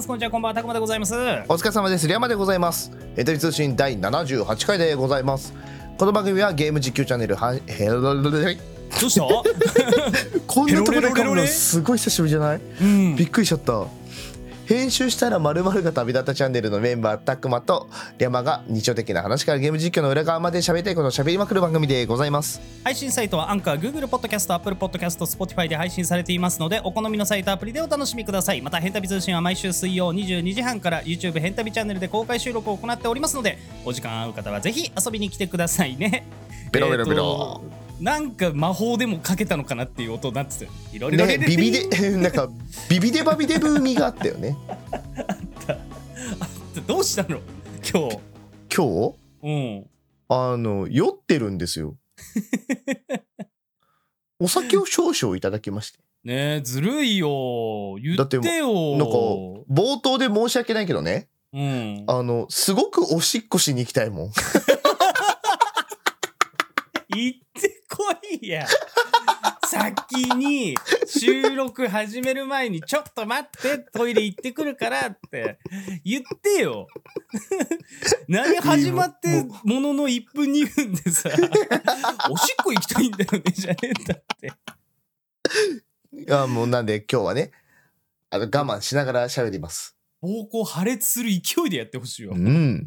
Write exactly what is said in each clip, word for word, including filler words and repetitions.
こんにちは、こんばんは、たくまでございます。お疲れ様です。リアマでございます。ヘンタリ通信だいななじゅうはちかいでございます。この番組はゲーム実況チャンネルはヘロロレレどうしたこんなところで噛むのすごい久しぶりじゃない？うん、びっくりしちゃった。編集したら〇〇が旅立ったチャンネルのメンバーたくまとリャマが日常的な話からゲーム実況の裏側まで喋りたいことを喋りまくる番組でございます。 配信サイトはアンカー、Google ポッドキャスト、Apple ポッドキャスト、Spotify で配信されていますので、お好みのサイトアプリでお楽しみください。またヘンタビ通信は毎週水曜にじゅうにじはんから YouTube ヘンタビチャンネルで公開収録を行っておりますので、お時間合う方はぜひ遊びに来てくださいね。 ベロベロベロ、 えーなんか魔法でもかけたのかなっていう音になってたよ。いろいろね、ビビでなんかビビデバビデブーミがあったよね。 あったあったどうしたの今日？ 今日？ うん。 あの酔ってるんですよ。お酒を少々いただきまして。 ねえ、ずるいよ。言ってよ。 なんか冒頭で申し訳ないけどね。 うん。 あのすごくおしっこしに行きたいもん。 行ってこいや。先に収録始める前にちょっと待ってトイレ行ってくるからって言ってよ。何始まってもののいっぷんにふんでさ、おしっこ行きたいんだよねじゃねえんだって。 いやもうなんで今日はね、あの我慢しながら喋ります。 膀胱破裂する勢いでやってほしいよ。 うん。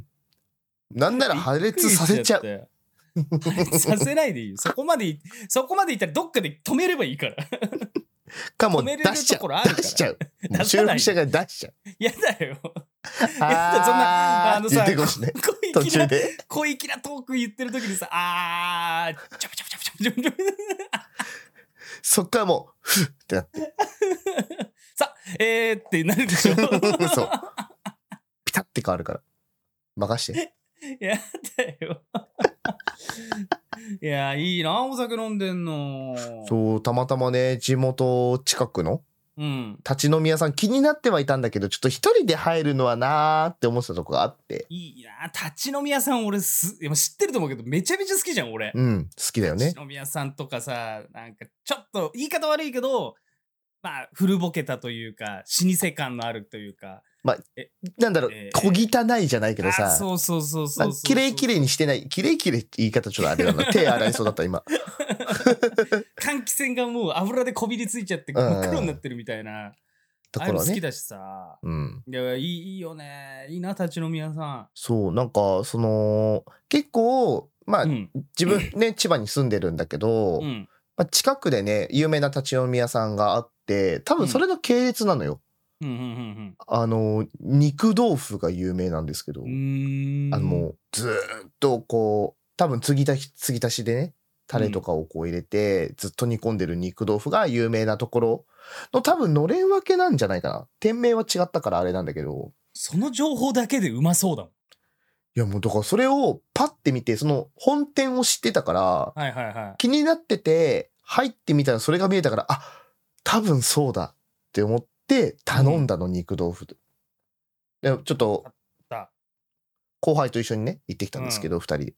なんなら破裂させちゃう。 破裂させないでいいよ。そこまでそこまでいったらどっかで止めればいいから。 かも出しちゃう。出しちゃう。もう収録してから出しちゃう。 やだよ。 やだそんなあのさ、途中で小粋なトーク言ってる時にさ、あーチャプチャプチャプチャプチャプチャプ。 そっからもうフッってなって。 さえーってなるでしょ。 そう。ピタって変わるから。任して。 やだよ。いやいいなお酒飲んでんの。 そうたまたまね地元近くの、 うん、 立ち飲み屋さん気になってはいたんだけどちょっと一人で入るのはなーって思ってたとこがあって。 いいな立ち飲み屋さん俺す知ってると思うけどめちゃめちゃ好きじゃん俺。 うん好きだよね。 立ち飲み屋さんとかさなんかちょっと言い方悪いけどまあ古ぼけたというか老舗感のあるというか。まあ、 なんだろう、えー、小汚いじゃないけどさ、 そうそうそうそうきれいきれいにしてない、きれいきれいって言い方ちょっとあれだな、手洗いそうだった今。 換気扇がもう油でこびりついちゃって真っ黒になってるみたいなところね。あれ好きだしさ、うん、いやいい、いいよね、いいな立ち飲み屋さん。 そうなんかその結構まあ、うん、自分ね千葉に住んでるんだけど、うんまあ、近くでね有名な立ち飲み屋さんがあって多分それの系列なのよ。うんあの肉豆腐が有名なんですけど、あのもうずっとこう多分継ぎ足し継ぎ足しでねタレとかをこう入れて、うん、ずっと煮込んでる肉豆腐が有名なところの多分のれん分けなんじゃないかな。店名は違ったからあれなんだけど、 その情報だけでうまそうだもん。 いやもうだからそれをパッて見てその本店を知ってたから、 はいはいはい、 気になってて入ってみたらそれが見えたから、あ多分そうだって思ってで頼んだの、うん、肉豆腐でちょっと後輩と一緒にね行ってきたんですけど、うん、ふたりで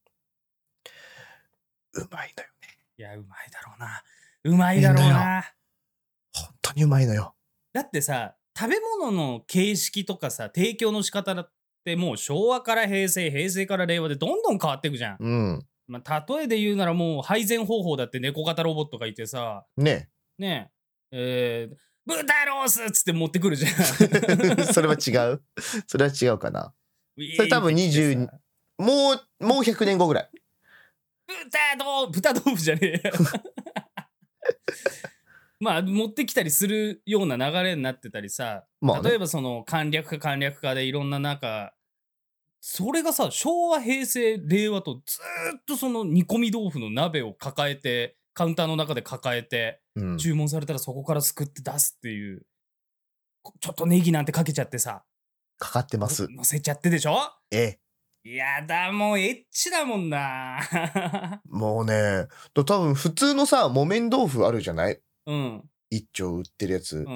うまいのよね。 いやうまいだろうなうまいだろうな本当にうまいのよ。 だってさ食べ物の形式とかさ提供の仕方だってもう昭和から平成平成から令和でどんどん変わっていくじゃん、うんまあ、例えで言うならもう配膳方法だって猫型ロボットがいてさねねええー豚ロースっつって持ってくるじゃん。 それは違うそれは違うかな。それ多分にじゅうもうもうひゃくねんごぐらい。 豚豆豚豆腐じゃねえまあ持ってきたりするような流れになってたりさ、まあね、例えばその簡略化簡略化でいろんな中それがさ昭和平成令和とずっとその煮込み豆腐の鍋を抱えてカウンターの中で抱えて、うん、注文されたらそこからすくって出すっていうちょっとネギなんてかけちゃってさかかってます乗せちゃってでしょ。 ええやだもうエッチだもんなもうね多分普通のさ木綿豆腐あるじゃない、うん、一丁売ってるやつ、うん、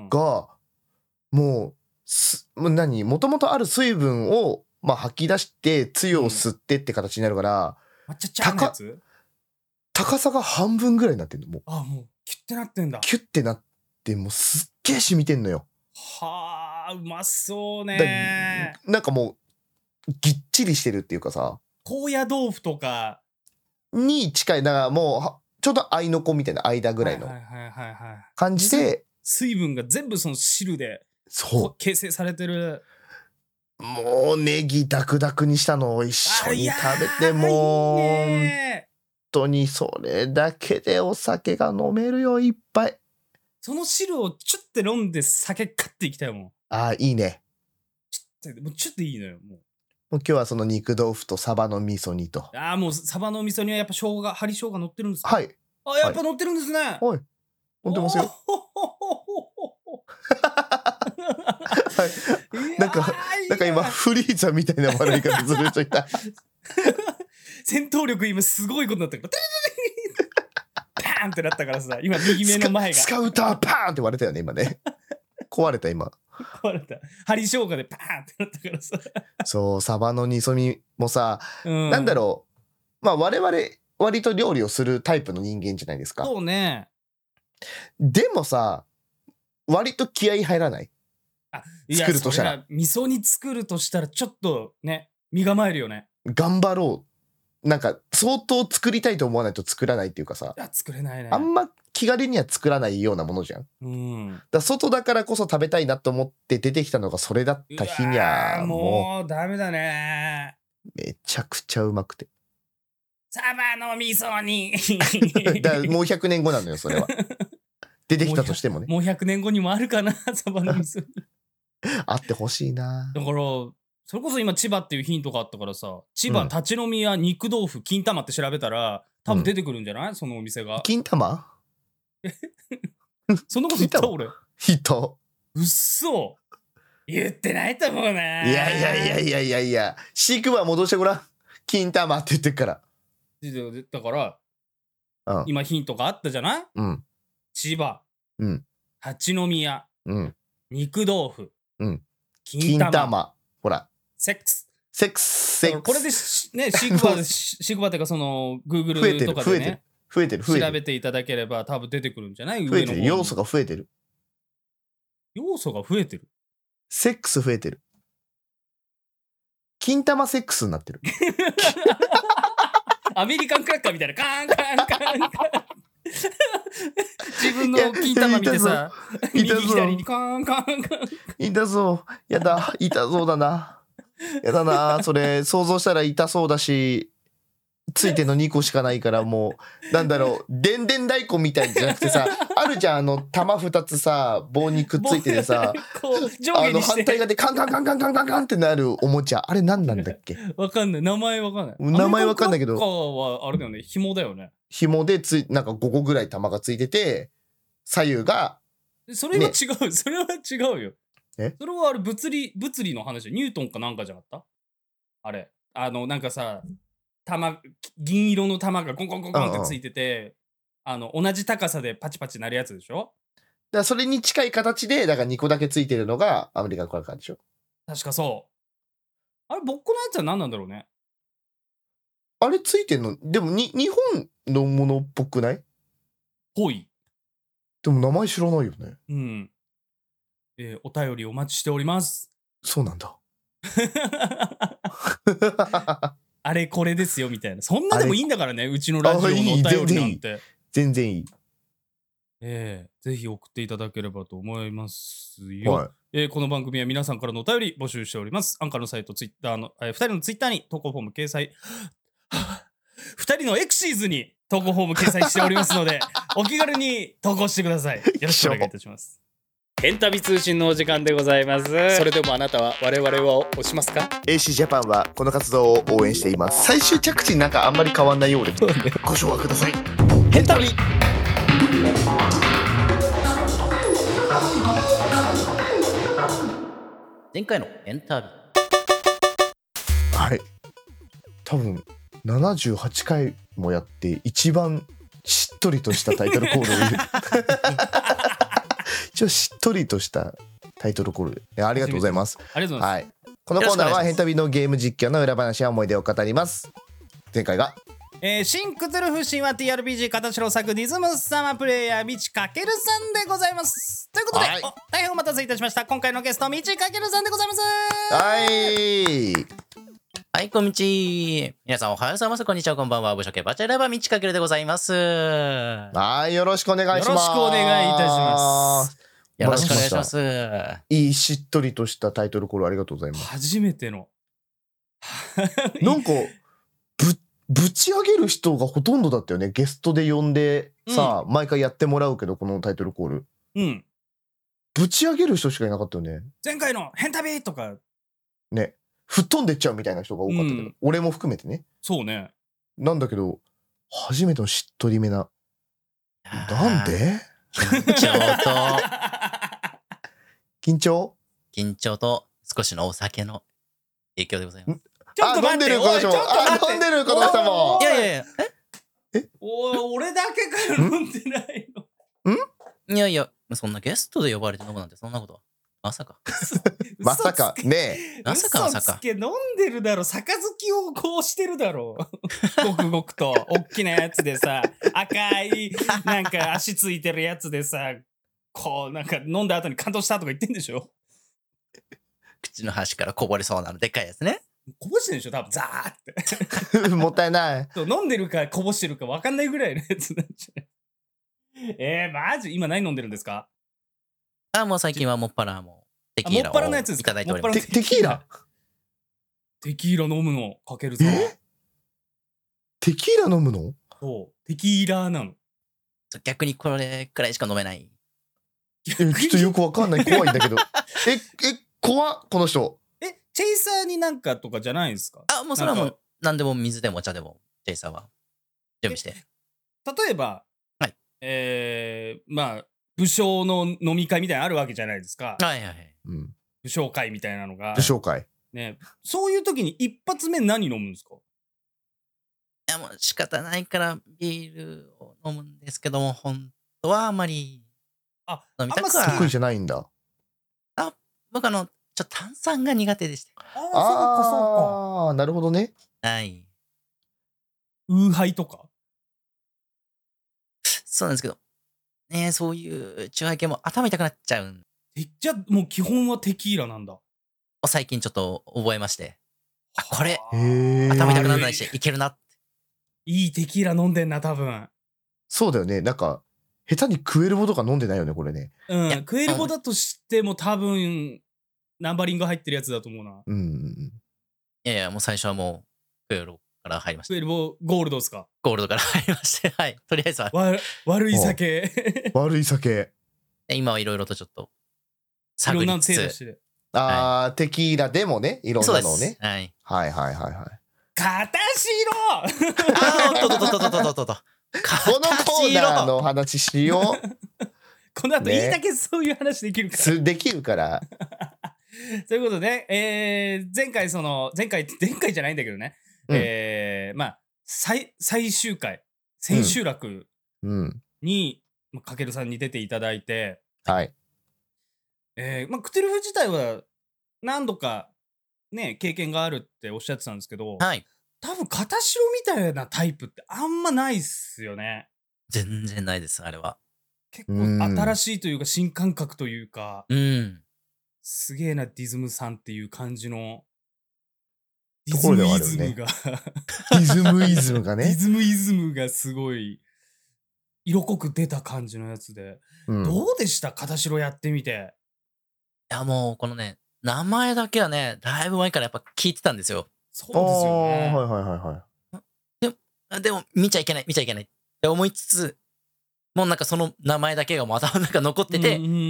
がもうすもう何もともとある水分を、まあ、吐き出してつゆを吸ってって形になるから、 うん、ちゃちゃなやつ高さが半分ぐらいになってんの。もうあもうキュッてなってんだ。 キュッてなってもうすっげえ染みてんのよ。 はーうまそうね。 なんかもうぎっちりしてるっていうかさ、 高野豆腐とかに近い、だからもうちょうど合いの子みたいな間ぐらいの感じで、 水分が全部その汁でそう形成されてる。 もうネギダクダクにしたのを一緒に食べて、もう本当にそれだけでお酒が飲めるよ、いっぱい。 その汁をチュッて飲んで酒かっていきたいもん。 ああ、いいね。 チュッて、もうチュッていいのよ、もう。 もう今日はその肉豆腐とサバの味噌煮と。 ああ、もうサバの味噌煮はやっぱ生姜、針生姜乗ってるんですか？ はい。 あ、やっぱ乗ってるんですね。 はい。乗ってますよ。はい、なんか、なんか今フリーザみたいな笑い方する人いた。 戦闘力今すごいことになったから、パーンってなったからさ、今右目の前がスカウターパーンって割れたよね今ね。壊れた今。 壊れた。針生姜でパーンってなったからさ。 そう、サバの煮込みもさ、うん、なんだろう、まあ我々割と料理をするタイプの人間じゃないですか。 そうね。 でもさ、割と気合い入らない？ あ、作るとしたら味噌煮作るとしたらちょっとね身構えるよね。 頑張ろう。なんか相当作りたいと思わないと作らないっていうかさ。 いや作れないね。 あんま気軽には作らないようなものじゃん。 うん。 だ外だからこそ食べたいなと思って出てきたのがそれだった日にゃもうもうダメだね。 めちゃくちゃうまくて。 サバの味噌煮。 だからもうひゃくねんごなのよそれは。出てきたとしてもね。 もうひゃくねんごにもあるかなサバの味噌煮。 あってほしいな。 だからそれこそ今千葉っていうヒントがあったからさ、千葉、うん、立ち飲み屋肉豆腐金玉って調べたら多分出てくるんじゃない、うん、そのお店が。 金玉そんなこと言った俺。 言った。うっそ言ってないと思うな。 いやいやいやいやいやいや、飼育は戻してごらん。金玉って言ってるから。 だから、うん、今ヒントがあったじゃない、 うん、 千葉、 うん、 立ち飲み屋、 うん、 肉豆腐、 うん、 金玉、 金玉、ほら。 セックス。 セックス、セックス。 これでね、シークバーで、シークバーっていうかその、Google とかでね、 増えてる、増えてる。 調べていただければ多分出てくるんじゃない？ 増えてる。要素が増えてる。 要素が増えてる。 セックス増えてる。金玉セックスになってる。 アメリカンクラッカーみたいなカーンカーンカーンカーン。自分の金玉見てさ、右左にカーンカーンカーン。 痛そう。やだ、痛そうだな。やだな、それ想像したら痛そうだし、ついてのにこしかないからもうなんだろう、でんでん太鼓みたいじゃなくてさ、あるじゃん、あの玉ふたつさ棒にくっついててさ、あの反対側でカンカンカンカンカンカンカンってなるおもちゃ、あれ何なんだっけ？ わかんない、名前わかんない。 名前わかんないけど、 はあれだよね、紐だよね。 紐でついなんかごこぐらい玉がついてて、左右がそれは違う、ね、それは違うよ。 え？ それはあれ物理物理の話、ニュートンかなんかじゃなかった？あれあのなんかさ。玉銀色の玉がコンコンコンコンってついてて、あの同じ高さでパチパチなるやつでしょ。だからそれに近い形でだからにこだけついてるのがアメリカンクラッカーでしょ。 確かそう。あれボッコのやつは何なんだろうね。 あれついてんのでもに日本のものっぽくない？ ぽい。 でも名前知らないよね。 うん、えー、お便りお待ちしております。 そうなんだ。 あれこれですよみたいな、そんなでもいいんだからね、うちのラジオのお便りなんて。 全然いい。 えー、ぜひ送っていただければと思いますよ。はい、えー、この番組は皆さんからのお便り募集しております。アンカーのサイト、ツイッターの、えー、ふたりのツイッターに投稿フォーム掲載、ふたりのエクシーズに投稿フォーム掲載しておりますので、お気軽に投稿してください。よろしくお願いいたします。エンタビ通信のお時間でございます。それでもあなたは我々を推しますか？ エーシー ジャパンはこの活動を応援しています。最終着地なんかあんまり変わんないようで、ご唱和ください。 エンタビ。前回のエンタビ。 はい。多分ななじゅうはちかいもやって一番しっとりとしたタイトルコールを言う。一応しっとりとしたタイトルコール、ありがとうございます。 ありがとうございます。 はい、このコーナーはヘンタビのゲーム実況の裏話や思い出を語ります。前回がえー、新クトゥルフ神話 ティーアールピージー 片白作ディズムサマープレイヤーみちかけるさんでございます。ということで、はい、お大変お待たせいたしました。今回のゲストみちかけるさんでございます。 はいはい、こんにちは。皆さんおはようございます。こんにちは、こんばんは。部署系バチェラーバーみちかけるでございます。 はい、よろしくお願いします。 よろしくお願いいたします。 よろしくお願いします。 いいしっとりとしたタイトルコールありがとうございます。 初めての。 なんか、ぶ、ぶち上げる人がほとんどだったよね。ゲストで呼んでさ、うん、毎回やってもらうけど、このタイトルコール。 うん。 ぶち上げる人しかいなかったよね。 前回の変旅とか。 ね。吹っ飛んでっちゃうみたいな人が多かったけど、うん、俺も含めてね。 そうね。 なんだけど、初めてのしっとりめな。なんで緊張と、 緊張緊張と少しのお酒の影響でございます。 あ、飲んでるこの人も。あ、飲んでるこの人も。 いやいやいや。 ええおい、俺だけから飲んでないの。 んいやいや、そんなゲストで呼ばれて飲むなんてそんなことは。まさか。 まさか。ねえ。まさかまさか。 飲んでるだろ。杯をこうしてるだろ。ごくごくと。おっきなやつでさ、赤い、なんか足ついてるやつでさ、こう、なんか飲んだ後に感動したとか言ってんでしょ。 口の端からこぼれそうなのでっかいやつね。 こぼしてるでしょ多分ザーって。 もったいない。 飲んでるかこぼしてるか分かんないぐらいのやつなんじゃない。えー、マジ今何飲んでるんですか？ あ、もう最近はもっぱらもうテキーラをいただいております。 テキーラテキーラ飲むのかけるさん。 えテキーラ飲むの？ そう。テキーラなの。 逆にこれくらいしか飲めない。 え、ちょっとよくわかんない。怖いんだけど。え、え、怖っこの人。 え、チェイサーになんかとかじゃないんですか？ あ、もうそれはもう何でも水でもお茶でもチェイサーは準備して。 例えば、 はい。 えー、まあ、武将の飲み会みたいなのあるわけじゃないですか。 はいはいはい。 うん、 武将会みたいなのが。 武将会。 ね。そういう時に一発目何飲むんですか？ いやもう仕方ないからビールを飲むんですけども、本当はあまりあ飲みたくは得意じゃないんだ。 あ、僕あの、ちょっと炭酸が苦手でして。 ああ、そうかそうか。ああ、なるほどね。 はい。 ウーハイとかそうなんですけど、ねそういうチューハイ系も頭痛くなっちゃうん。 え、じゃあもう基本はテキーラなんだ。 最近ちょっと覚えまして。あ、これ、 頭痛くならないし、いけるなって。 いいテキーラ飲んでんな、多分。 そうだよね。なんか、下手にクエルボとか飲んでないよね、これね。 うん、クエルボだとしても多分、ナンバリング入ってるやつだと思うな。 うん。 いやいや、もう最初はもう、クエルボから入りました。 クエルボ、ゴールドですか？ ゴールドから入りまして、はい。とりあえずは。 わ悪い酒。 悪い酒。 今はいろいろとちょっと、探りつつ。いろんな手してあー、はい、テキーラでもね、いろんなのをね。 はい。 はいはいはいはい。 片白あー、おっとっとっとっとっとっとっと。 このコーナーの話しよう。 この後いいだけそういう話できるから。 ね、できるから。 ということで、えー、前回その、前回、前回じゃないんだけどね。うん、えー、まあ、最、最終回、千秋楽に、うん、かけるさんに出ていただいて、 はい。 えー、まあ、クトゥルフ自体は何度かね、経験があるっておっしゃってたんですけど、 はい。 多分、片白みたいなタイプってあんまないっすよね。 全然ないです、あれは。 結構新しいというか、新感覚というか、 うん。 すげえな、ディズムさんっていう感じの、 ディズムイズムが。ディズムイズムがね。 ディズムイズムがすごい、色濃く出た感じのやつで。うん、どうでした片白やってみて。 いや、もう、このね、名前だけはね、だいぶ前からやっぱ聞いてたんですよ。 そうですよね。 はいはいはいはい。 でも、でも見ちゃいけない、見ちゃいけないって思いつつ、もうなんかその名前だけがもう頭の中残ってて、 うんうんうん、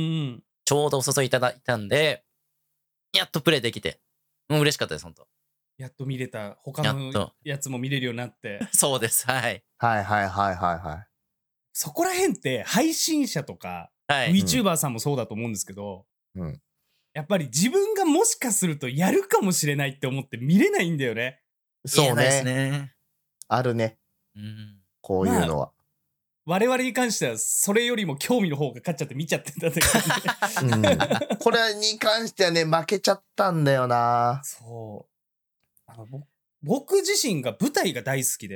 ちょうどお誘いいただいたんで、やっとプレイできて、もう嬉しかったです、本当。 やっと見れた。他のやつも見れるようになって。 そうです、はい。 はいはいはいはいはい。 そこら辺って配信者とか、はい、VTuber さんもそうだと思うんですけど、 うん、 やっぱり自分がもしかするとやるかもしれないって思って見れないんだよね。 そうね。 ねあるね。 うん、 こういうのは、まあ。 我々に関してはそれよりも興味の方が勝っちゃって見ちゃってたんだけど、 うん、これに関してはね負けちゃったんだよな。 そう。あの僕自身が舞台が大好きで。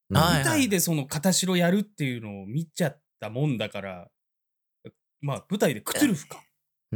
舞台でその片白やるっていうのを見ちゃったもんだから、まあ舞台でクトゥルフか。 うん。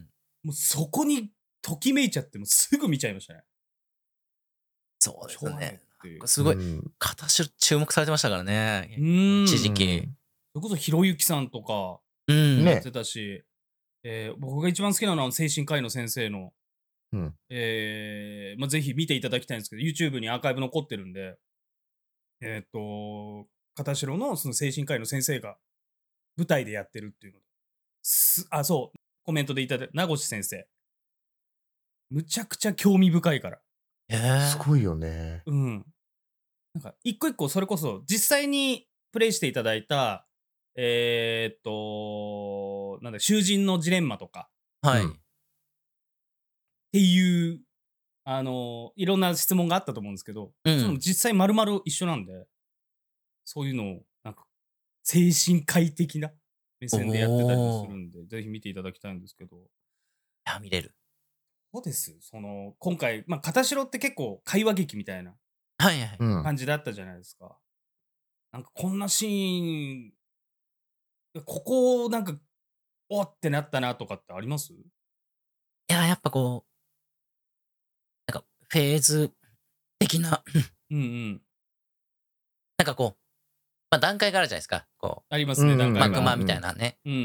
もうそこにときめいちゃってもすぐ見ちゃいましたね。 そうですね。すごい、片白注目されてましたからね。一時期。 それこそひろゆきさんとかやってたし、えー、僕が一番好きなのは精神科医の先生の、うん、えー、まあ、ぜひ見ていただきたいんですけど、YouTube にアーカイブ残ってるんで、えっ、ー、と、片白のその精神科医の先生が舞台でやってるっていうのす、あ、そう、コメントでいただいた名越先生。むちゃくちゃ興味深いから。 えー、すごいよね。 うん。なんか、一個一個それこそ、実際にプレイしていただいた、えー、っと、なんだ、囚人のジレンマとか。 はい。っていう、あの、いろんな質問があったと思うんですけど、うん、その実際丸々一緒なんで、そういうのを、なんか、精神科医的な目線でやってたりもするんで、ぜひ見ていただきたいんですけど。いや、見れる。 そうです。その、今回、まあ、片白って結構会話劇みたいな感じだったじゃないですか。うん、なんかこんなシーン、ここなんか、おってなったなとかってあります？いや、やっぱこう、なんかフェーズ的なうんうん。 なんかこう、まあ、段階があるじゃないですか。こうありますね、段階が。 マグマみたいなね。 うんうん。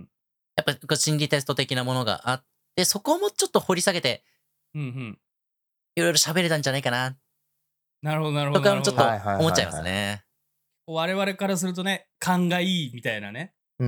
やっぱ心理テスト的なものがあって、そこもちょっと掘り下げて、 うんうん。 いろいろ喋れたんじゃないかな。 なるほど、なるほど。 とかもちょっと思っちゃいますね。 我々からするとね、勘がいいみたいなね。 うん。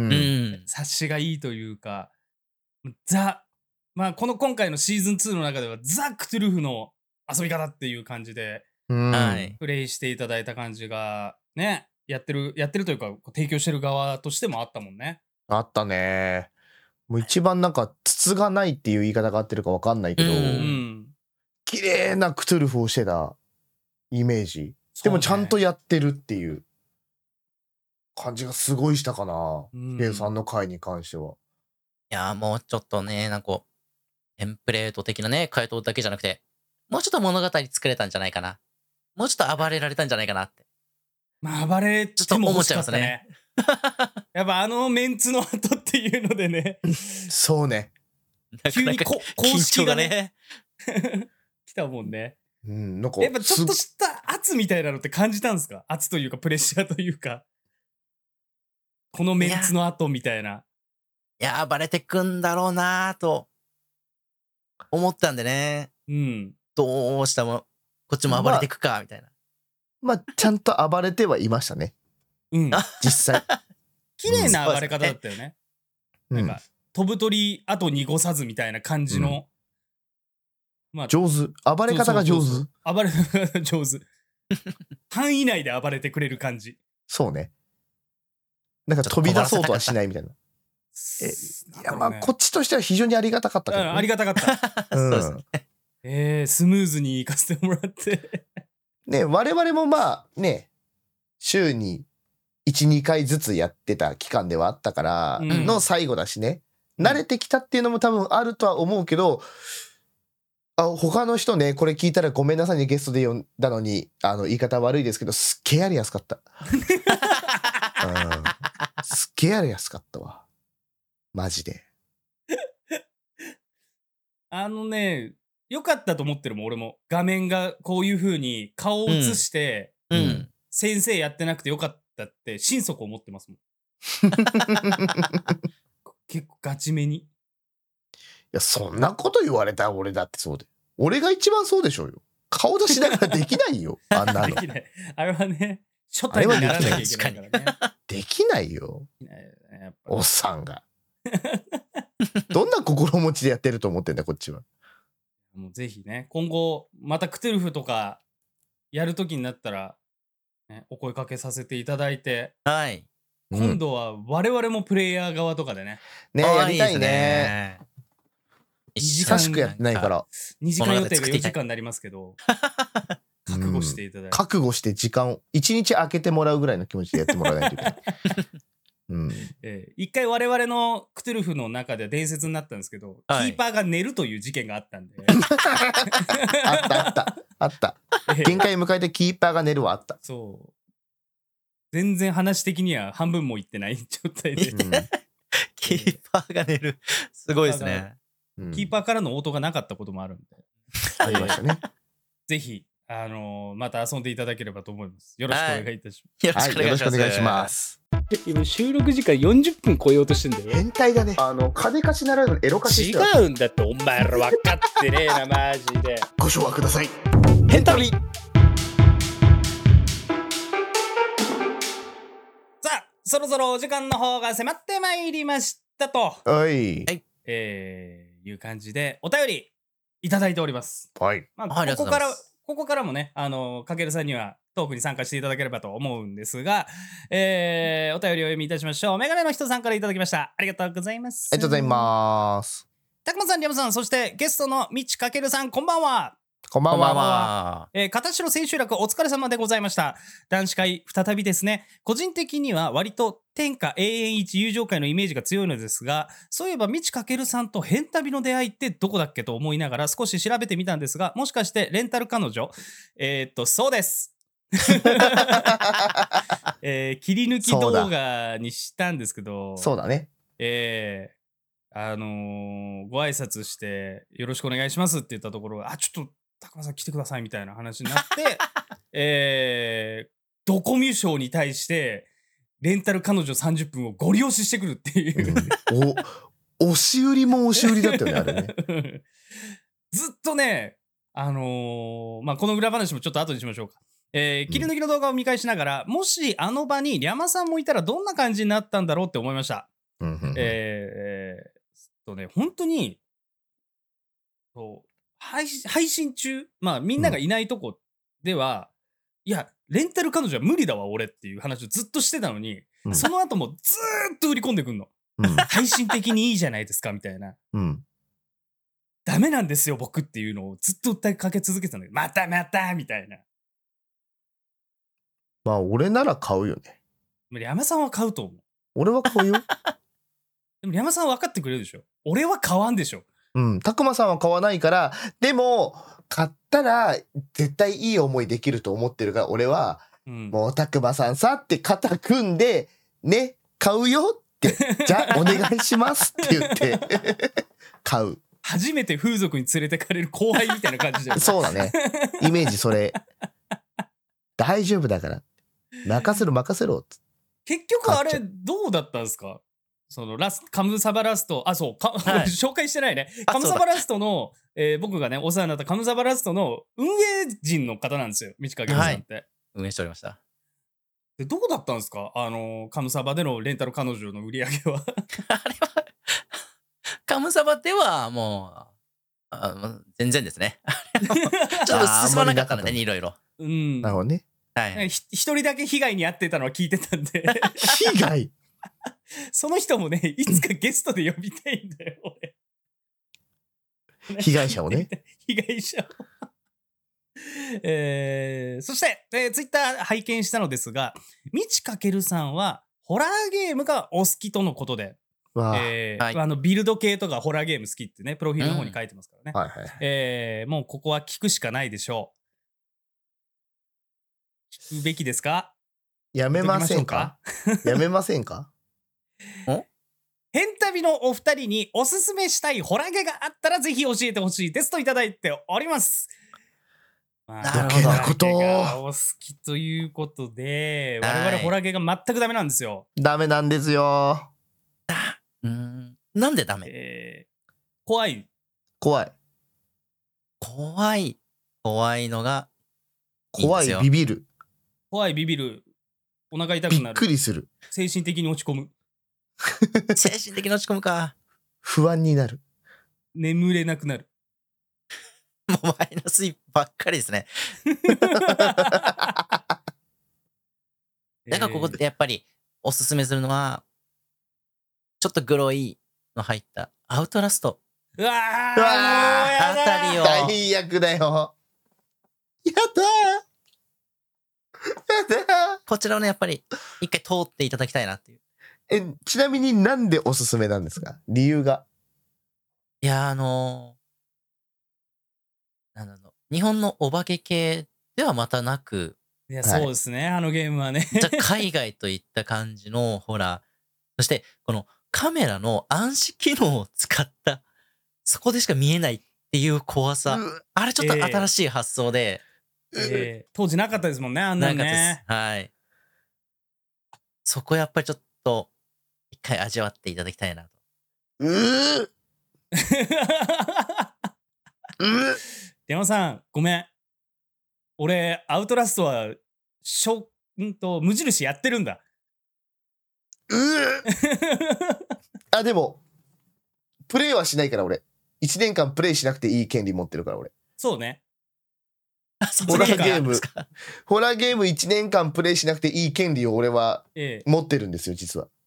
察しがいいというか、ザ、まあこの今回のシーズンツーの中ではザ・クトゥルフの遊び方っていう感じで、 はい、 プレイしていただいた感じがね、やってる、やってるというか、提供してる側としてもあったもんね。 あったね。もう一番なんか、筒がないっていう言い方が合ってるか分かんないけど、綺麗なクトゥルフをしてたイメージ。でもちゃんとやってるっていう感じがすごいしたかな。ケイさんの回に関しては。 いや、もうちょっとね、なんか、テンプレート的なね、回答だけじゃなくて、もうちょっと物語作れたんじゃないかな。もうちょっと暴れられたんじゃないかなって。 まあ暴れちょっと思っちゃいますね。やっぱあのメンツの後っていうのでね。 そうね。 急にこ公式がね来たもんね。 うん、なんかやっぱちょっとした圧みたいなのって感じたんですか？圧というかプレッシャーというか。このメンツの後みたいな。 いや、暴れてくんだろうなと思ったんでね。 うん。 どうしたもこっちも暴れてくかみたいな。 まあ、ちゃんと暴れてはいましたね。 うん。 実際。 綺麗な暴れ方だったよね。うん、なんか、飛ぶ鳥後に濁さずみたいな感じの。 うん、まあ、上手。暴れ方が上手。そうそうそう暴れ方が上手。範囲内で暴れてくれる感じ。 そうね。なんか飛び出そうとはしないみたいな。え、いや、まあ、こっちとしては非常にありがたかったけど、ね。 ありがたかった。そうですね。えー、スムーズに行かせてもらって。 ね、我々もまあね、週にいち、にかいずつやってた期間ではあったからの最後だしね、うん、慣れてきたっていうのも多分あるとは思うけど、あ、他の人ね、これ聞いたらごめんなさいね、ゲストで呼んだのに、あの、言い方悪いですけど、すっげえやりやすかった。うん、すっげえやりやすかったわ。マジで。 あのね、良かったと思ってるもん、俺も。画面がこういう風に顔を映して、 うんうん、 先生やってなくてよかったって心底思ってますもん。結構ガチめに。いや、そんなこと言われたら俺だってそうで。俺が一番そうでしょうよ。顔出しながらできないよ。あんなの。 できない。あれはね、初対にならなきゃいけないからね。 できないよ。おっさんが。どんな心持ちでやってると思ってんだ、こっちは。 もうぜひね、今後、またクトゥルフとかやるときになったら、ね、お声かけさせていただいて、 はい。 今度は我々もプレイヤー側とかでね。 ね、やりたいね。久しくやってないから。 にじかん予定がよじかんになりますけど、覚悟していただいて。 覚悟して時間を、いちにち空けてもらうぐらいの気持ちでやってもらわないといけない。うんえー、一回我々のクトゥルフの中で伝説になったんですけど、はい、キーパーが寝るという事件があったんであったあったあった限界迎えてキーパーが寝るはあった。 そう全然話的には半分もいってない状態で、 うんキーパーが寝る。すごいですね。 うんキーパーからの応答がなかったこともあるんで、 ありましたね。 ぜひ、あのーまた遊んでいただければと思います。よろしくお願いいたします。 よろはい、 しくお願いします。 よろしくお願いしま。す。 今収録時間よんじゅっぷん超えようとしてんだよ。 変態だね。あの、金貸しならぬエロ貸ししては違うんだって、お前ら分かってねえな、マジで。 ご唱和ください。 ヘンタビ。 さあ、そろそろお時間の方が迫ってまいりましたと、 はい。 えー、いう感じでお便りいただいております。 はい。 まあ、 ありがとここからうございます。 ここからもね、あのかけるさんにはトークに参加していただければと思うんですが、えー、お便りをお読みいたしましょう。メガネの人さんからいただきました。ありがとうございます。 ありがとうございます。 たくまさん、りゃむさん、そしてゲストのみちかけるさん、こんばんは。 こんばんは。 こんばんは。 えー、片白千秋楽お疲れ様でございました。男子会再びですね。個人的には割と天下永遠一友情会のイメージが強いのですが、そういえばみちかけるさんと変旅の出会いってどこだっけと思いながら少し調べてみたんですが、もしかしてレンタル彼女？えー、っとそうです。えー、切り抜き動画にしたんですけど、 そうだね。 えー、あのー、ご挨拶してよろしくお願いしますって言ったところ、あ、ちょっと高間さん来てくださいみたいな話になってえー、ドコミュ賞に対してレンタル彼女さんじゅっぷんをゴリ押ししてくるっていう、 うん、お押し売りも押し売りだったよね、あれね。 ずっとね、あのー、まあこの裏話もちょっと後にしましょうか。えー、切り抜きの動画を見返しながら、うん、もしあの場にリャマさんもいたらどんな感じになったんだろうって思いました。 うんうんうん、 えー、とね、本当にそう配信、配信中、まあみんながいないとこでは、うん、いやレンタル彼女は無理だわ俺っていう話をずっとしてたのに、うん、その後もずーっと売り込んでくんの、うん、配信的にいいじゃないですかみたいな、うん、ダメなんですよ僕っていうのをずっと訴えかけ続けてたんだけど、またまたみたいな。 まあ俺なら買うよね。 リャマさんは買うと思う。 俺は買うよ。 でもリャマさんは分かってくれるでしょ。俺は買わんでしょ。 うん、たくまさんは買わないから、でも買ったら絶対いい思いできると思ってるから、俺は、うん、もうたくまさんさって肩組んでね、買うよってじゃあお願いしますって言って買う。 初めて風俗に連れてかれる後輩みたいな感じでそうだね、イメージそれ。大丈夫だから任せろ任せろって。 結局あれどうだったんですか？そのラスカムサバラスト、あ、そうか、はい、紹介してないね。カムサバラストの、えー、僕がねお世話になったカムサバラストの運営陣の方なんですよ、道影さんって、はい、 運営しておりました。 でどうだったんですか、あのカムサバでのレンタル彼女の売り上げは。 あれはカムサバではもうあ全然ですね。ちょっと進まなかったのね、いろいろ。 うん、 なるほどね。 はい、 一人だけ被害に遭ってたのは聞いてたんで。 被害その人もね、いつかゲストで呼びたいんだよ、俺。 被害者をね。 被害者を。えー、そして、えー、ツイッター拝見したのですが、みちかけるさんはホラーゲームがお好きとのことで、えーはい、あのビルド系とかホラーゲーム好きってね、プロフィールの方に書いてますからね。 うんはいはいえー、もうここは聞くしかないでしょう。聞くべきですか？ やめませんか？やめませんか？ 変旅のお二人におすすめしたいホラーゲがあったらぜひ教えてほしいですといただいております。 まあ、余計なことをお好きということで、我々ホラーゲが全くダメなんですよ。 ダメなんですよ。 うん、なんでダメ？ えー、怖い。 怖い。 怖い。怖いのがいい怖い、ビビる。 怖い、ビビる。お腹痛くなる。 びっくりする。 精神的に落ち込む。 精神的に落ち込むか。 不安になる。 眠れなくなる。 もうマイナスばっかりですね。だからここでやっぱりおすすめするのは、ちょっとグロいの入ったアウトラスト。 うわー、 あたりを。 最悪だよ。やだー。やだー。 こちらをね、やっぱり一回通っていただきたいなっていう。 え、ちなみになんでおすすめなんですか？理由が。 いや、あのー、なんだろう、日本のお化け系ではまたなく、 いや、そうですね、あのゲームはね。 じゃ海外といった感じのホラー。そして、このカメラの暗視機能を使った、そこでしか見えないっていう怖さ。あれちょっと新しい発想で。 えーえー、当時なかったですもんね、あんなのね。なかったです。 はい。そこやっぱりちょっと、一回味わっていただきたいなと。 うー山さん、ごめん。俺、アウトラストは、しょ、んと、無印やってるんだ。 うあ、でも、プレイはしないから俺。いちねんかんプレイしなくていい権利持ってるから俺。 そうね。 ホラーゲーム、ホラーゲームいちねんかんプレイしなくていい権利を俺は持ってるんですよ、実は。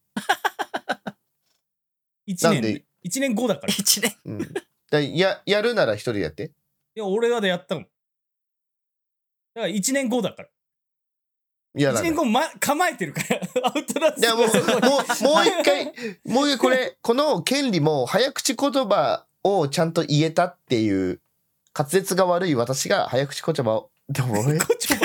いちねんで。いちねんごだから。 いちねん。 うん、だや、やるなら一人でやって。 いや、俺はでやったもん。だからいちねんごだから。いやいちねんご、ま、構えてるから。アウトラスト。 いやもう、もう、もう一回、もう一回これ、この権利も早口言葉をちゃんと言えたっていう、滑舌が悪い私が早口言葉を、でも俺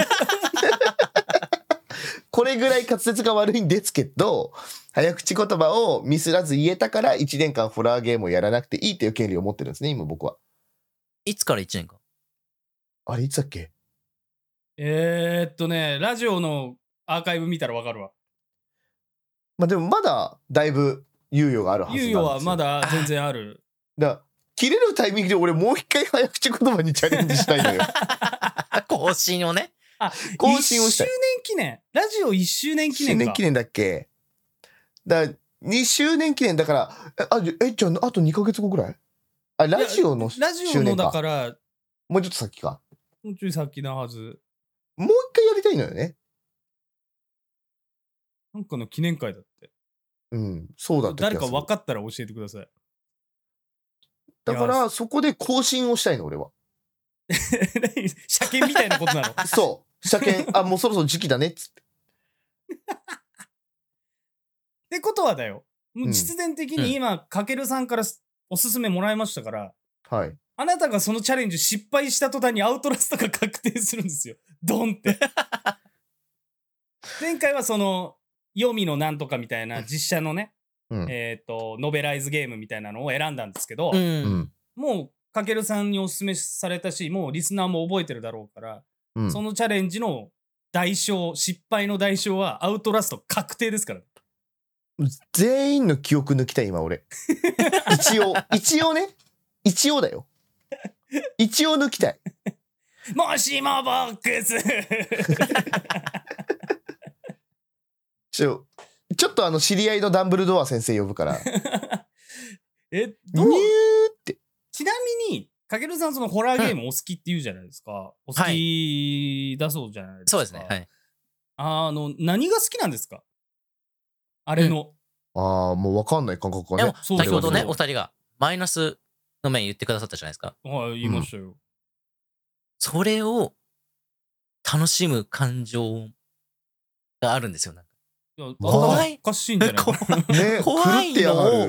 これぐらい滑舌が悪いんですけど、早口言葉をミスらず言えたからいちねんかんホラーゲームをやらなくていいっていう権利を持ってるんですね、今僕は。 いつからいちねんか？ あれ、いつだっけ？ えー、っとね、ラジオのアーカイブ見たらわかるわ。 まあでもまだだいぶ猶予があるはずなんですよ。 猶予はまだ全然ある。 だ切れるタイミングで俺もう一回早口言葉にチャレンジしたいのよ。 更新をね。 あ、更新をしたい。 いっしゅうねん記念。ラジオいっしゅうねん記念か。 いっしゅうねん記念だっけ？だにしゅうねん記念だから、え、あ、えじゃああとにかげつごぐらい？あ、ラジオのラジオのだから、 もうちょっと先か。 もうちょい先なはず。 もう一回やりたいのよね。 なんかの記念会だって。 うん、そうだった気がする。 誰か分かったら教えてください。 だからそこで更新をしたいの俺は。 車検みたいなことなの？ そう車検、あ、もうそろそろ時期だねっつって。 ってことはだよ。もう必然的に今、かけるさんからおすすめもらいましたから、 はい。 あなたがそのチャレンジ失敗した途端にアウトラストが確定するんですよ。ドンって。前回はその、読みのなんとかみたいな実写のね、うん、えっ、ー、と、ノベライズゲームみたいなのを選んだんですけど、うん、もう、かけるさんにおすすめされたし、もうリスナーも覚えてるだろうから、うん、そのチャレンジの代償、失敗の代償はアウトラスト確定ですから。 全員の記憶抜きたい今俺。一応、一応ね、一応だよ。一応抜きたい。 もしもボックスちょ、ちょっとあの知り合いのダンブルドア先生呼ぶから。 え、どう？ ニューって。 ちなみに、かけるさんそのホラーゲームお好きって言うじゃないですか。うん、お好きだそうじゃないですか。 そうですね。はい。 あの、何が好きなんですか？あれの。 うん、ああ、もう分かんない感覚がね。 先ほどね、お二人がマイナスの面言ってくださったじゃないですか。 はい、言いましたよ。うん、 それを楽しむ感情があるんですよ。なんかいや怖い。おかしいんじゃないかな。 ね、 怖いのを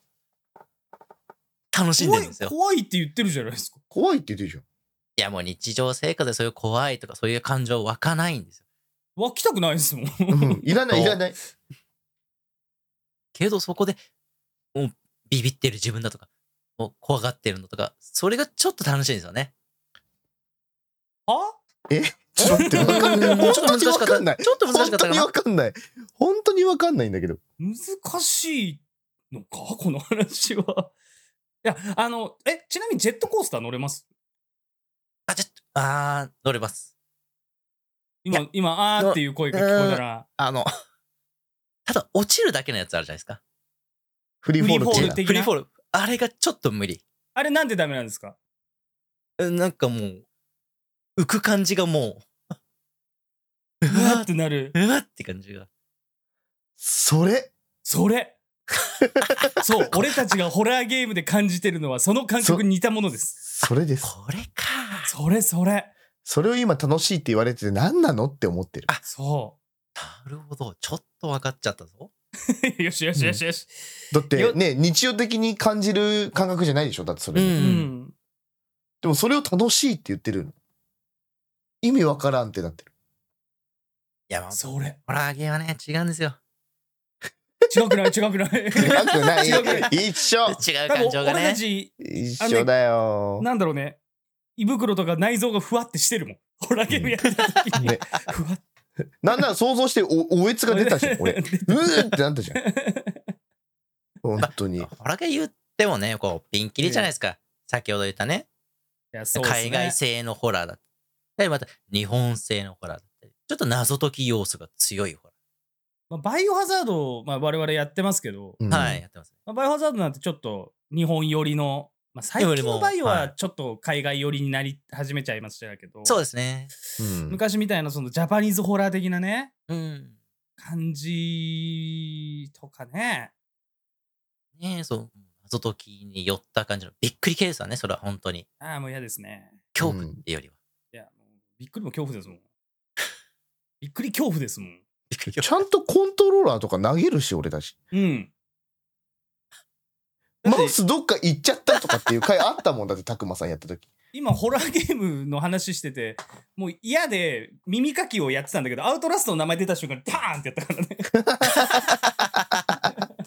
楽しんでるんですよ。 怖いって言ってるじゃないですか。 怖いって言ってるじゃん。いやもう日常生活でそういう怖いとかそういう感情湧かないんですよ。 湧きたくないですもん。 うん、いらないいらない。 けどそこでもうビビってる自分だとか、もう怖がってるのとか、それがちょっと楽しいんですよね。 あ？ え？ちょっと待って、わかんない。 もうちょっと難しかった。ちょっと難しかったかな。 本当にわかんない。本当にわかんないんだけど。 難しいのかこの話は。いや、あの、え、ちなみにジェットコースター乗れます？ あ、ジェット、あー、乗れます。 今、今、あーっていう声が聞こえたら。 あの、ただ落ちるだけのやつあるじゃないですか。 フリーフォール的な。 フリーフォール。あれがちょっと無理。 あれなんでダメなんですか？ なんかもう、浮く感じがもう、うわーってなる。 うわって感じが。 それそれそう、俺たちがホラーゲームで感じてるのはその感覚に似たものです。 それです。 これか。 それそれ。 それを今楽しいって言われてて何なのって思ってる。 あ、そう。 なるほど。ちょっと分かっちゃったぞ。 よしよしよしよし。 うん、だってね、日常的に感じる感覚じゃないでしょ。だってそれ、ね。うん。でもそれを楽しいって言ってるの。意味わからんってなってる。 いや、 それ。 ホラーゲーはね、違うんですよ。 違くない違くない違くない違くない一緒違う感情がね。 俺たち、 一緒だよ。 なんだろうね。胃袋とか内臓がふわってしてるもん。ホラーゲームやってた時に。ね、ふわって。 なんなら想像して お, おえつが出たじゃん、俺。うーってなったじゃん。本当に。 ホラーゲー言ってもね、こう、ピンキリじゃないですか。えー、先ほど言ったね。 いやそうですね、 海外製のホラーだったり、また日本製のホラーだったり、ちょっと謎解き要素が強いホラー。 まあ、バイオハザード、まあ、我々やってますけど、 うん、はい、やってます、ね。 まあ、バイオハザードなんてちょっと日本寄りの、まあ、最近のバイオはちょっと海外寄りになり始めちゃいましたけど、 そうですね、 うん、昔みたいなそのジャパニーズホラー的なね、 うん、 感じとかね。 ねえ、そう、謎解きに寄った感じのびっくり系ですわね、それは本当に。 ああ、もう嫌ですね。 恐怖っていうよりは。 うん、いや、もうびっくりも恐怖ですもん。びっくり恐怖ですもん。 ちゃんとコントローラーとか投げるし、俺たち。 うん。 マウスどっか行っちゃったとかっていう回あったもんだって、たくまさんやった時。 今ホラーゲームの話してて、もう嫌で耳かきをやってたんだけど、アウトラストの名前出た瞬間にパーンってやったからね。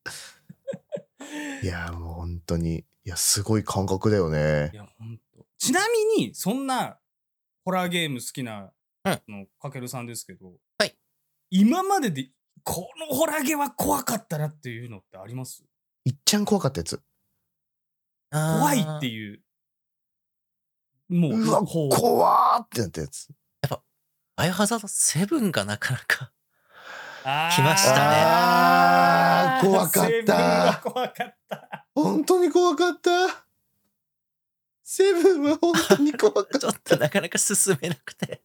いやもう本当に、いやすごい感覚だよね。 いや本当。ちなみにそんなホラーゲーム好きなのかけるさんですけど、 はい。 今まででこのホラーゲーは怖かったなっていうのってあります？ いっちゃん怖かったやつ。 怖いっていう。もう、 うわ、怖ーってなったやつ。 やっぱ、バイオハザードセブンがなかなかあ来ましたね。 あー、怖かった。セブンは怖かった。 本当に怖かった。セブンは本当に怖かった。 ちょっとなかなか進めなくて。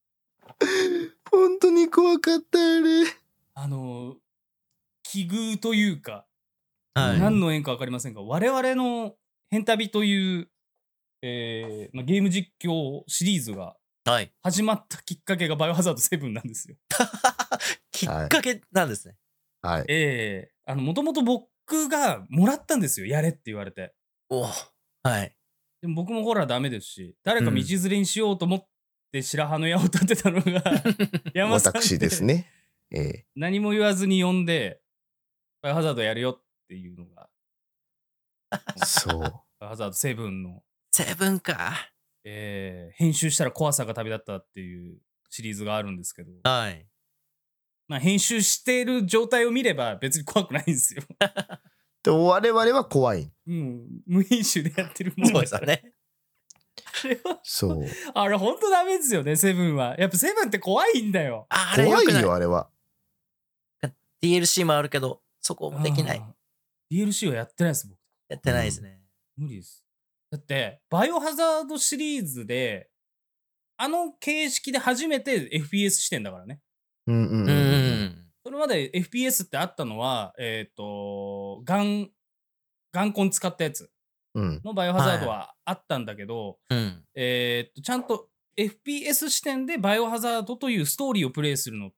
本当に怖かったあれ。 あの、奇遇というか、 はい、 何の縁か分かりませんが、我々の変旅という、えーまあ、ゲーム実況シリーズが始まったきっかけがバイオハザードセブンなんですよ。 きっかけなんですね。 はい。 ええー、あの、もともと僕がもらったんですよ。やれって言われて。 おはい。 でも僕もホラーダメですし、誰か道連れにしようと思って白羽の矢を立てたのが、山さんで。 私ですね。ええー。 何も言わずに呼んで、バイオハザードやるよっていうのが。 そう。 バイオハザードセブンの。 セブンか。 えー、編集したら怖さが旅立ったっていうシリーズがあるんですけど。 はい。 まあ編集してる状態を見れば別に怖くないんですよ。 でも我々は怖い。 うん、無編集でやってるもんそうですよね。 そう。 あれほんとダメですよね、セブンは。やっぱセブンって怖いんだよ。 あれ怖いよ、あれは。 ディーエルシー もあるけど、そこもできない。 ディーエルシー はやってないです、僕。 やってないですね。 うん、無理です。だって、バイオハザードシリーズで、あの形式で初めて エフピーエス 視点だからね。 うんうんうん。うんそれまで エフピーエス ってあったのは、えっ、ー、と、ガン、ガンコン使ったやつのバイオハザードはあったんだけど、 はい、うん、 えっと、ちゃんと エフピーエス 視点でバイオハザードというストーリーをプレイするのって、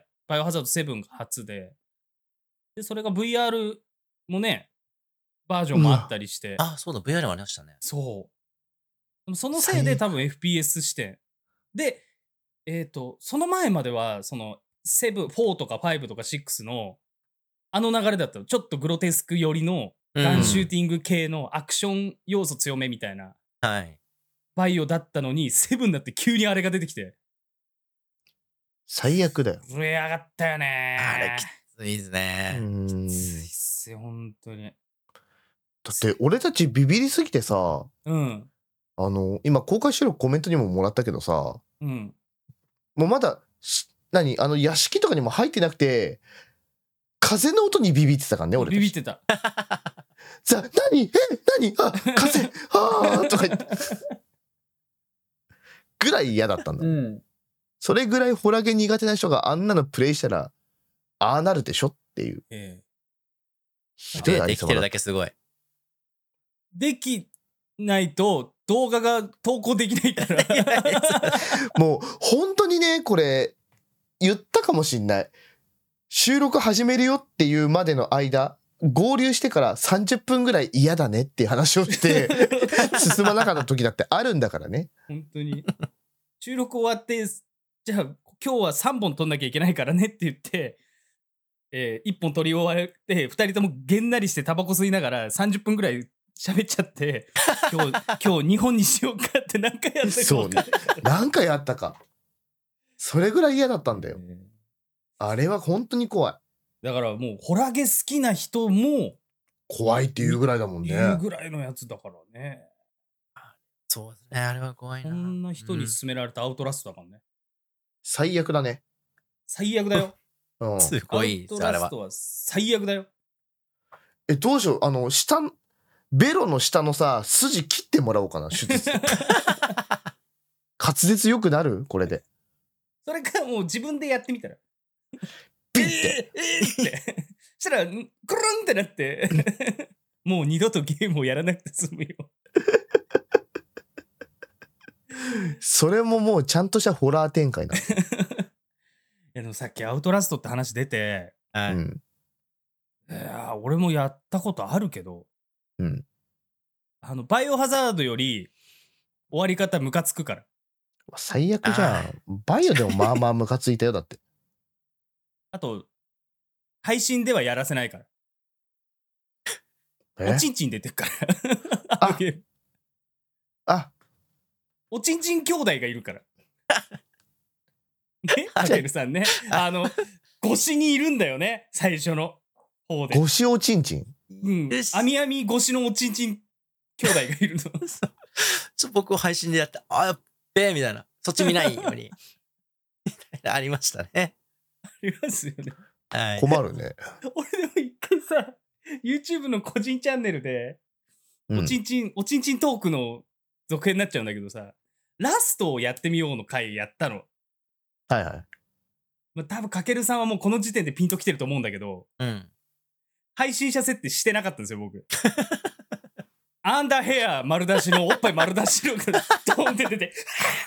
バイオハザードセブンが初で、で、それが ブイアール もね、バージョンもあったりして。 あ、そうだ、ブイアール もありましたね。 そう。でもそのせいで多分 エフピーエス 視点。で、えっ、ー、と、その前までは、その、セブン、フォーとかファイブとかシックスの、あの流れだったの。ちょっとグロテスク寄りの、ガンシューティング系のアクション要素強めみたいな、 はい。 バイオだったのに、セブンだって急にあれが出てきて。 最悪だよ。 震え上がったよね。 あれきついですね。 きついっすよ、本当に。 だって俺たちビビりすぎてさ、 うん。 あの、今公開収録コメントにももらったけどさ、 うん。 もうまだ、何あの屋敷とかにも入ってなくて、風の音にビビってたからね、俺たち。 ビビってた。 さあ、何え何あ、風あーとか言って。ぐらい嫌だったんだ。うん。それぐらいホラゲ苦手な人があんなのプレイしたら、ああなるでしょっていう。ええ。 ひどいありさまだ。できてるだけすごい。 できないと動画が投稿できないから。 もう本当にね、これ言ったかもしんない。収録始めるよっていうまでの間、合流してからさんじゅっぷんぐらい嫌だねっていう話をして進まなかった時だってあるんだからね。 本当に。収録終わって、じゃあ今日はさんぼん撮んなきゃいけないからねって言って、えー、いっぽん撮り終わってふたりともげんなりしてタバコ吸いながらさんじゅっぷんぐらい喋っちゃって今日今日にほんにしようかって何回やったかそうね何回やったかそれぐらい嫌だったんだよ、えー、あれは本当に怖い。 だからもうホラゲ好きな人も怖いっていうぐらいだもんね。 いうぐらいのやつだからね。 そうですね、あれは怖いな。 こんな人に勧められたアウトラストだからね。うん、 最悪だね。 最悪だよ。 うん、すごいアウトラストは最悪だよ。 え、どうしよう、あの下ベロの下のさ筋切ってもらおうかな、手術。滑舌よくなるこれで。 それかもう自分でやってみたら。 ピッて。 えー、えー、ってしたらクルンってなってもう二度とゲームをやらなくて済むよ。 それももうちゃんとしたホラー展開なの。いやでもさっきアウトラストって話出て、 はい、うん、 いや俺もやったことあるけど、 うん、 あのバイオハザードより終わり方ムカつくから。 最悪じゃん。バイオでもまあまあムカついたよだって。 あと配信ではやらせないから。おちんちん出てるから。 ああおちんちん兄弟がいるから。ね、カエルさんね。あの、越しにいるんだよね、最初の方で。 越しおちんちん。 うん。あみあみ越しのおちんちん兄弟がいるの。 ちょ僕を配信でやって、あ、やっべえみたいな。そっち見ないように。ありましたね。 ありますよね。 はい、困るね。 俺でも一回さ、YouTube の個人チャンネルで、うん、おちんちん、おちんちんトークの続編になっちゃうんだけどさ、ラストをやってみようの回やったの。 はいはい。 まあ、多分かけるさんはもうこの時点でピンときてると思うんだけど、 うん、 配信者設定してなかったんですよ僕。アンダーヘア丸出しのおっぱい丸出しのがドンって出て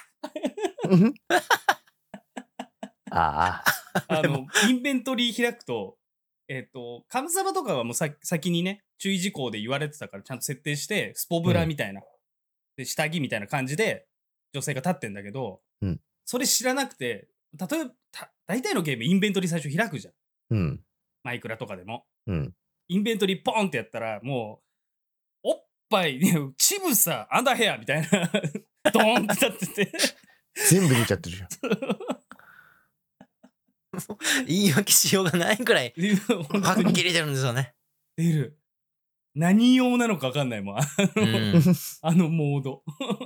あああのインベントリー開くとえっ、ー、とカムサバとかはもうさ先にね注意事項で言われてたからちゃんと設定してスポブラみたいな、うん、で下着みたいな感じで女性が立ってんだけど、 うん、それ知らなくて例えば大体のゲームインベントリー最初開くじゃん、 うん、 マイクラとかでも、 うん、 インベントリーポンってやったらもうおっぱいチブサアンダーヘアみたいなドーンって立ってて全部出ちゃってるじゃん。 言い訳しようがないくらいはっきり出るんですよね。 出る。何用なのか分かんないもん。あの、うん、あのモード。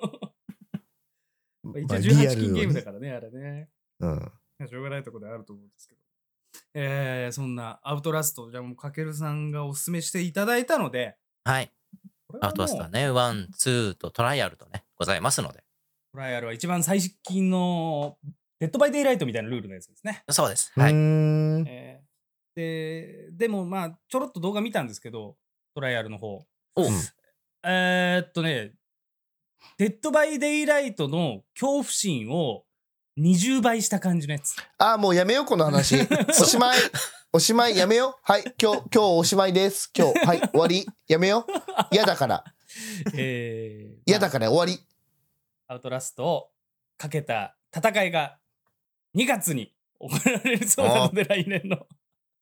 一応じゅうはち禁ゲームだからね、あれね。 うん。 しょうがないところであると思うんですけど。えー、そんなアウトラスト、じゃあもうかけるさんがおすすめしていただいたので。 はい。アウトラストはね、ワン、ツーとトライアルとね、ございますので。 トライアルは一番最近のデッドバイデイライトみたいなルールのやつですね。 そうです。はい。 えー、で、でもまあ、ちょろっと動画見たんですけど、トライアルの方。 おえー、っとね、デッドバイデイライトの恐怖心をにじゅうばいした感じのやつ。 ああ、もうやめよう、この話。おしまい。おしまい、やめよう。はい、今日、今日おしまいです。今日、はい、終わり。やめよう。嫌だから。えー、嫌だから終わり。 アウトラストをかけた戦いがにがつに行われるそうなので、来年の。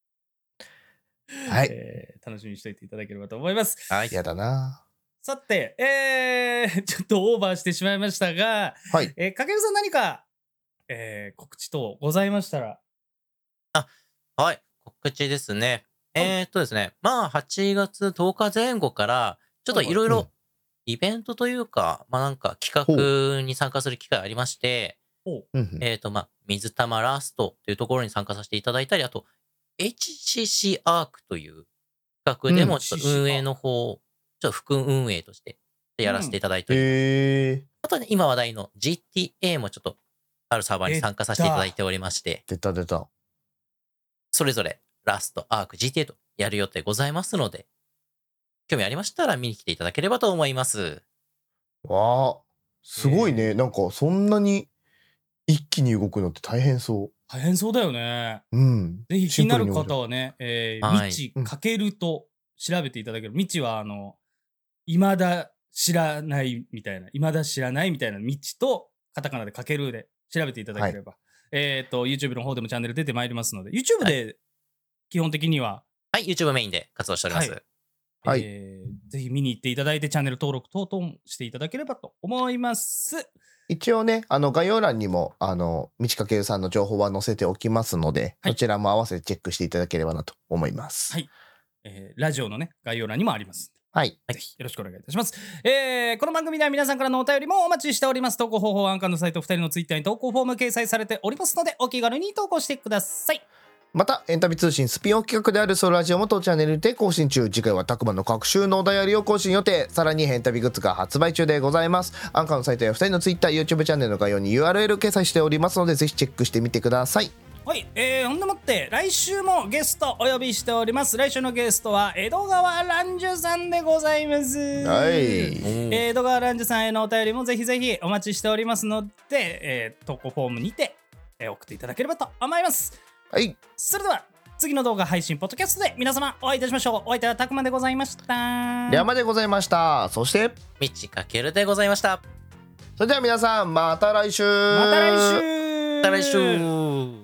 はい、 えー。楽しみにしておいていただければと思います。 はい、嫌だな。 さて、えー、ちょっとオーバーしてしまいましたが、 はい。 えー、かけるさん何か、えー、告知等ございましたら。 あ、はい。告知ですね。えー、っとですね。まあ、はちがつとおかぜん後から、ちょっといろいろイベントというか、まあなんか企画に参加する機会ありまして、えー、っと、まあ、水玉ラストというところに参加させていただいたり、あと、エイチシーシー アークという企画でも、ちょっと運営の方、ちょっと副運営としてやらせていただいております。うんえー、あとね、今話題の ジーティーエー もちょっと、あるサーバーに参加させていただいておりまして。 出た出た。 それぞれ、ラスト、アーク、ジーティーエー とやる予定ございますので、興味ありましたら見に来ていただければと思います。 わあ、すごいね。えー、なんか、そんなに一気に動くのって大変そう。 大変そうだよね。 うん。 ぜひ気になる方はね、えー、みちかけると調べていただける。みちは、あの、未だ知らないみたいな、未だ知らないみたいなみちと、カタカナでかけるで調べていただければ、はい、 えっと YouTube の方でもチャンネル出てまいりますので、 YouTube で基本的にははい、YouTube メインで活動しております。はいはい、 えー、ぜひ見に行っていただいてチャンネル登録等々していただければと思います。 一応ね、あの概要欄にもあの道翔さんの情報は載せておきますので、はい、そちらも合わせてチェックしていただければなと思います。 はい、えー、ラジオのね概要欄にもあります。 はい、 ぜひよろしくお願いいたします。えー、この番組では皆さんからのお便りもお待ちしております。投稿方法はアンカーのサイトふたりのツイッターに投稿フォーム掲載されておりますので、お気軽に投稿してください。 またエンタメ通信スピンオフ企画であるソウルラジオも当チャンネルで更新中。次回はたくまの各週のお便りを更新予定。さらにヘンタビグッズが発売中でございます。アンカーのサイトやふたりのツイッター YouTube チャンネルの概要に ユーアールエル 掲載しておりますので、ぜひチェックしてみてください。 はい、えー、ほんでもって来週もゲストお呼びしております。来週のゲストは江戸川蘭樹さんでございます。 はい、 えー、江戸川蘭樹さんへのお便りもぜひぜひお待ちしておりますので、えー、投稿フォームにて、えー、送っていただければと思います。 はい、 それでは次の動画配信ポッドキャストで皆様お会いいたしましょう。お相手はたくまでございました。 りゃまでございました。そしてみちかけるでございました。 それでは皆さんまた来週。 また来週。 また来週。